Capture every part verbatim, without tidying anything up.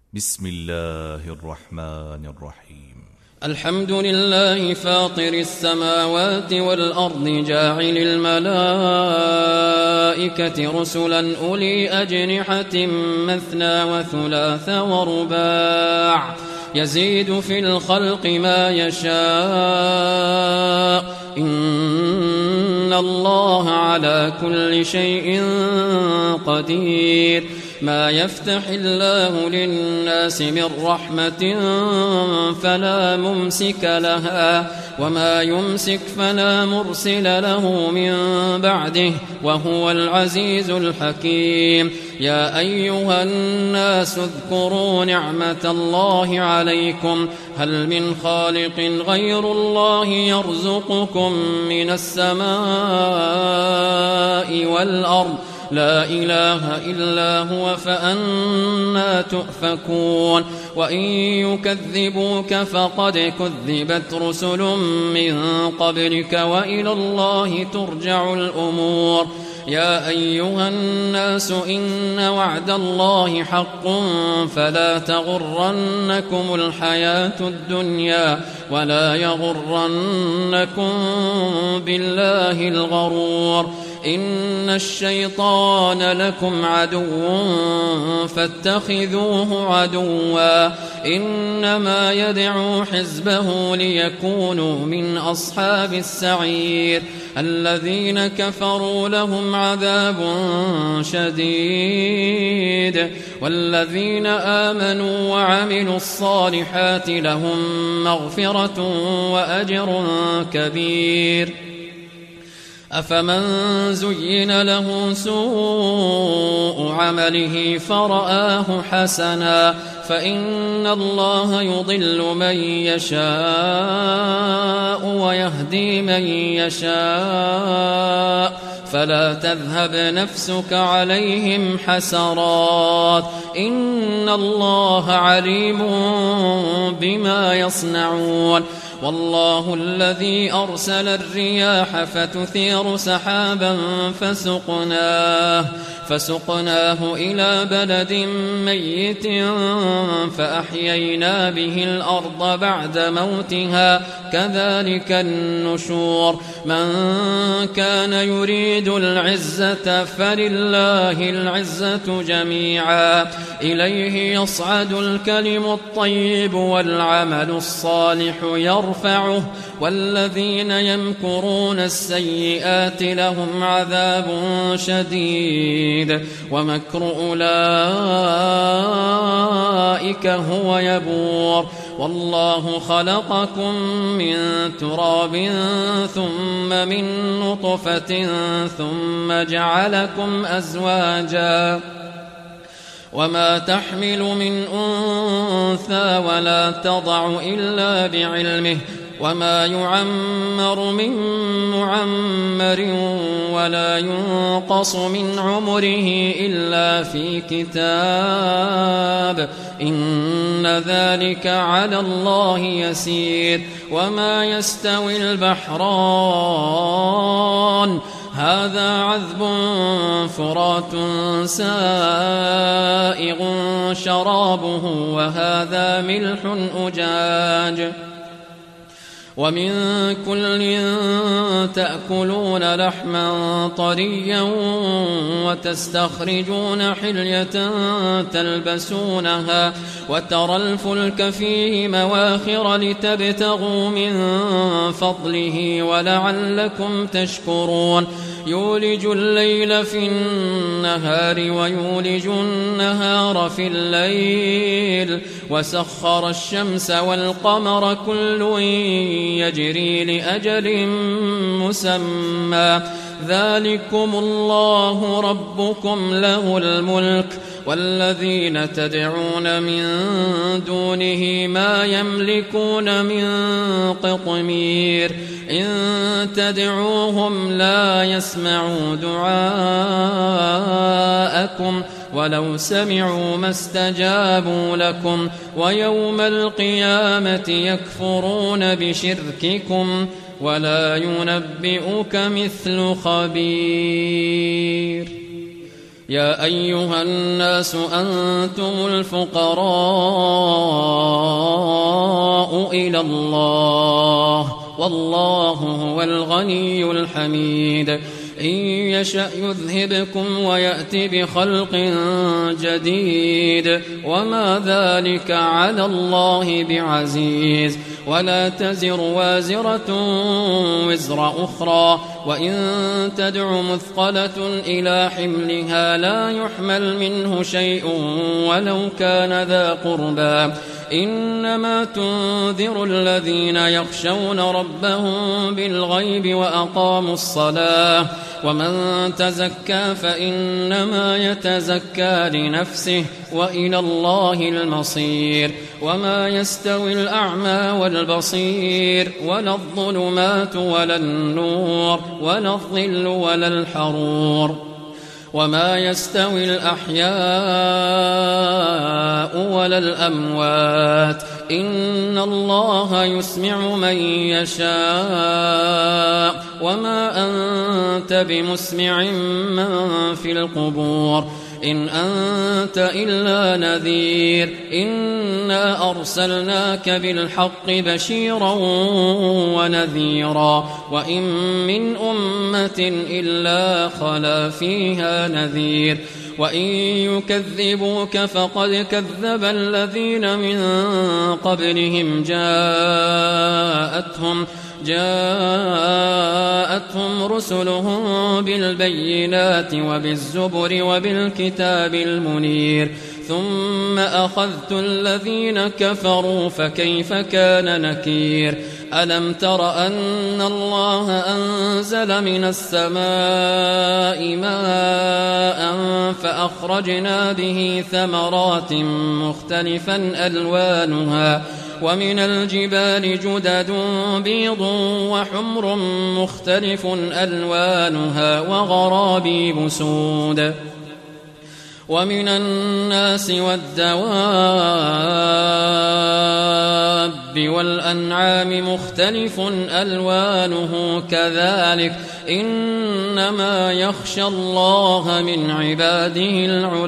بسم الله الرحمن الرحيم. الحمد لله فاطر السماوات والأرض جاعل الملائكة رسلا أولي أجنحة مثنى وثلاث ورباع يزيد في الخلق ما يشاء إن الله على كل شيء قدير. ما يفتح الله للناس من رحمة فلا ممسك لها وما يمسك فلا مرسل له من بعده وهو العزيز الحكيم. يا أيها الناس اذكروا نعمة الله عليكم هل من خالق غير الله يرزقكم من السماء والأرض لا إله إلا هو فأنى تؤفكون. وإن يكذبوك فقد كذبت رسل من قبلك وإلى الله ترجع الأمور. يا أيها الناس إن وعد الله حق فلا تغرنكم الحياة الدنيا ولا يغرنكم بالله الغرور. إن الشيطان لكم عدو فاتخذوه عدوا إنما يدعو حزبه ليكونوا من أصحاب السعير. الذين كفروا لهم عذاب شديد والذين آمنوا وعملوا الصالحات لهم مغفرة وأجر كبير. أفمن زين له سوء عمله فرآه حسنا فإن الله يضل من يشاء ويهدي من يشاء فلا تذهب نفسك عليهم حسرات إن الله عليم بما يصنعون. والله الذي أرسل الرياح فتثير سحابا فسقناه, فسقناه إلى بلد ميت فأحيينا به الأرض بعد موتها كذلك النشور. من كان يريد العزة فلله العزة جميعا إليه يصعد الكلم الطيب والعمل الصالح يرفعه والذين يمكرون السيئات لهم عذاب شديد ومكر أولئك هو يبور. والله خلقكم من تراب ثم من نطفة ثم جعلكم أزواجا وما تحمل من أنثى ولا تضع إلا بعلمه وما يعمر من معمر ولا ينقص من عمره إلا في كتاب إن ذلك على الله يسير. وما يستوي البحران هذا عذب فرات سائغ شرابه وهذا ملح أجاج ومن كل تأكلون لحما طريا وتستخرجون حلية تلبسونها وترى الفلك فيه مواخر لتبتغوا من فضله ولعلكم تشكرون. يولج الليل في النهار ويولج النهار في الليل وسخر الشمس والقمر كل يجري لأجل مسمى ذلكم الله ربكم له الملك والذين تدعون من دونه ما يملكون من قطمير إن تدعوهم لا يسمعوا دعاءكم ولو سمعوا ما استجابوا لكم ويوم القيامة يكفرون بشرككم ولا ينبئك مثل خبير. يا أيها الناس أنتم الفقراء إلى الله والله هو الغني الحميد إن يشأ يذهبكم ويأتي بخلق جديد وما ذلك على الله بعزيز ولا تزر وازرة وزر أخرى وإن تدع مثقلة إلى حملها لا يحمل منه شيء ولو كان ذا قربى إنما تنذر الذين يخشون ربهم بالغيب وأقاموا الصلاة ومن تزكى فإنما يتزكى لنفسه وإلى الله المصير وما يستوي الأعمى والبصير ولا الظلمات ولا النور ولا الظل ولا الحرور وما يستوي الأحياء ولا الأموات إن الله يسمع من يشاء وما أنت بمسمع من في القبور إن أنت إلا نذير إنا أرسلناك بالحق بشيرا ونذيرا وإن من أمة إلا خلا فيها نذير وإن يكذبوك فقد كذب الذين من قبلهم جاءتهم جاءتهم رسلهم بالبينات وبالزبر وبالكتاب المنير ثم أخذت الذين كفروا فكيف كان نكير ألم تر أن الله أنزل من السماء ماء فأخرجنا به ثمرات مختلفا ألوانها ومن الجبال جدد بيض وحمر مختلف ألوانها وغرابيب سود ومن الناس والدواب والأنعام مختلف ألوانه كذلك إنما يخشى الله من عباده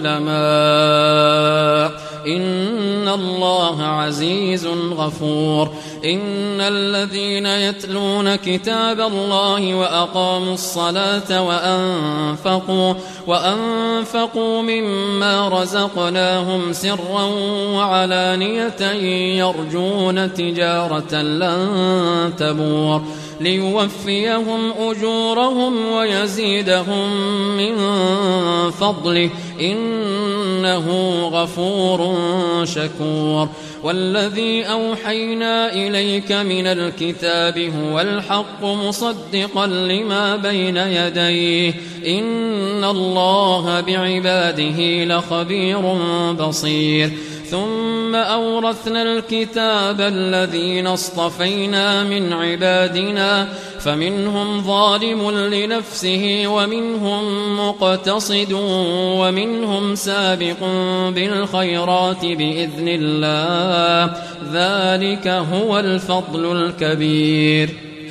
العلماء إن الله عزيز غفور إن الذين يتلون كتاب الله وأقاموا الصلاة وأنفقوا وأنفقوا مما رزقناهم سرا وعلانية يرجون تجارة لن تبور ليوفيهم أجورهم ويزيدهم من فضله إنه غفور شكور والذي أوحينا إليك من الكتاب هو الحق مصدقا لما بين يديه إن الله بعباده لخبير بصير ثم أورثنا الكتاب الذين اصطفينا من عبادنا فمنهم ظالم لنفسه ومنهم مقتصد ومنهم سابق بالخيرات بإذن الله ذلك هو الفضل الكبير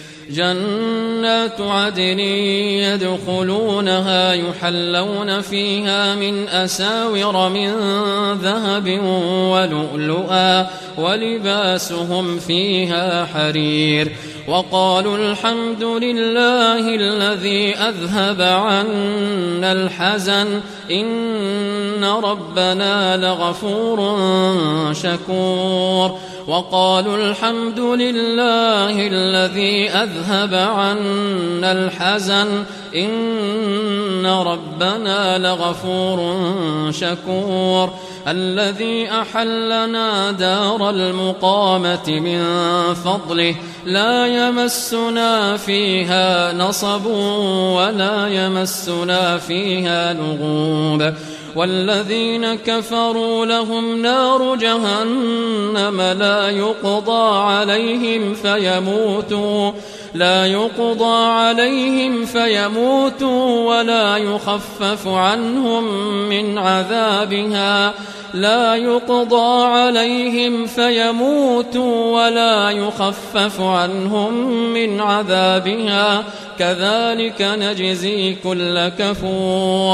جنات عدن يدخلونها يحلون فيها من أساور من ذهب ولؤلؤا ولباسهم فيها حرير وقالوا الحمد لله الذي أذهب عنا الحزن إن ربنا لغفور شكور وقالوا الحمد لله الذي أذهب عنا الحزن إن ربنا لغفور شكور الذي أحلنا دار المقامة من فضله لا يمسنا فيها نصب ولا يمسنا فيها لغوب والذين كفروا لهم نار جهنم لا يقضى عليهم فيموتوا لا يقضى عليهم فيموتوا ولا يخفف عنهم من عذابها لا يقضى عليهم فيموتوا ولا يخفف عنهم من عذابها كذلك نجزي كل كفور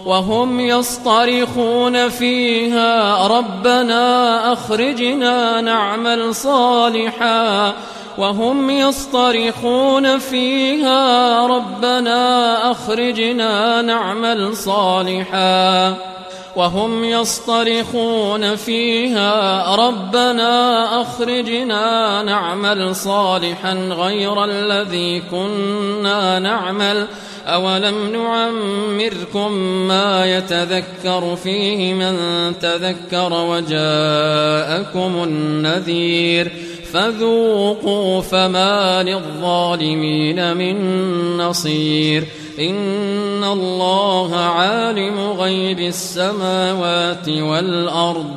وهم يصطرخون فيها ربنا أخرجنا نعمل صالحا وهم يصطرخون فيها ربنا أخرجنا نعمل صالحا وهم يصطرخون فيها ربنا أخرجنا نعمل صالحا غير الذي كنا نعمل أولم نعمركم ما يتذكر فيه من تذكر وجاءكم النذير فذوقوا فما للظالمين من نصير إن الله عالم غيب السماوات والأرض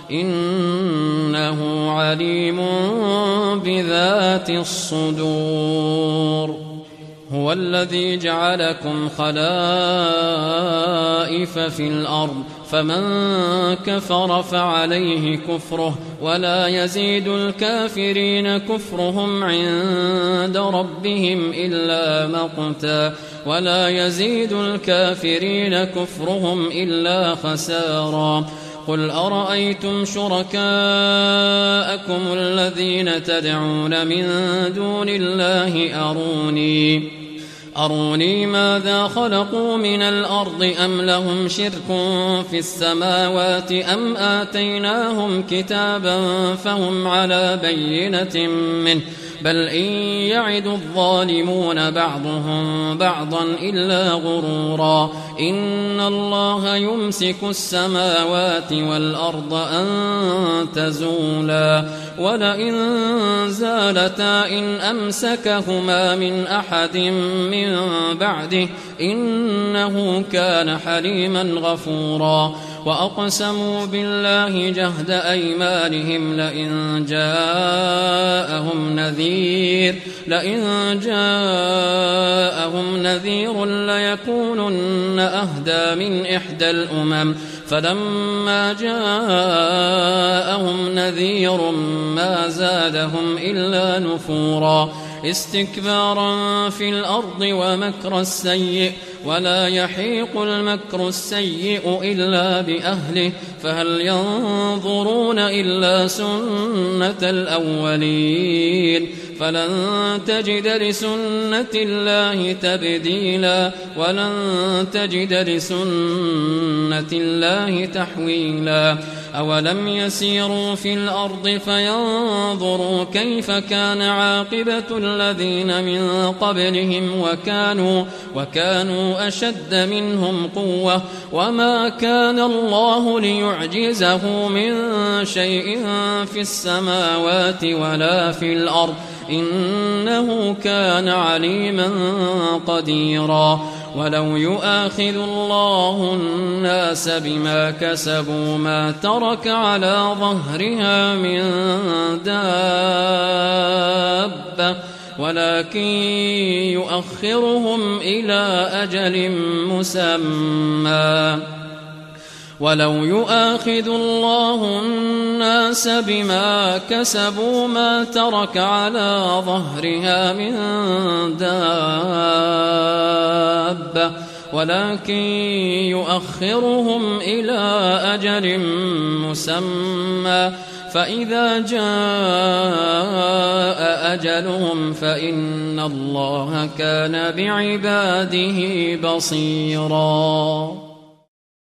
إنه عليم بذات الصدور هو الذي جعلكم خلائف في الأرض فمن كفر فعليه كفره ولا يزيد الكافرين كفرهم عند ربهم إلا مقتا ولا يزيد الكافرين كفرهم إلا خسارا قل أرأيتم شركاءكم الذين تدعون من دون الله أروني أروني ماذا خلقوا من الأرض أم لهم شرك في السماوات أم آتيناهم كتابا فهم على بينة منه بل إن يعد الظالمون بعضهم بعضا إلا غرورا إن الله يمسك السماوات والأرض أن تزولا ولئن زالتا إن أمسكهما من أحد من بعده إنه كان حليما غفورا وأقسموا بالله جهد أيمانهم لئن جاءهم نذير لئن جاءهم نذير ليكونن أهدى من إحدى الأمم فلما جاءهم نذير ما زادهم إلا نفورا استكبارا في الأرض ومكر السيء ولا يحيق المكر السيء إلا بأهله فهل ينظرون إلا سنة الأولين فلن تجد لسنة الله تبديلا ولن تجد لسنة الله تحويلا أولم يسيروا في الأرض فينظروا كيف كان عاقبة الذين من قبلهم وكانوا, وكانوا أشد منهم قوة وما كان الله ليعجزه من شيء في السماوات ولا في الأرض إنه كان عليما قديرا ولو يؤاخذ الله الناس بما كسبوا ما ترك على ظهرها من دابة ولكن يؤخرهم إلى أجل مسمى ولو يؤاخذ الله الناس بما كسبوا ما ترك على ظهرها من دابة ولكن يؤخرهم إلى أجل مسمى فإذا جاء أجلهم فإن الله كان بعباده بصيراً.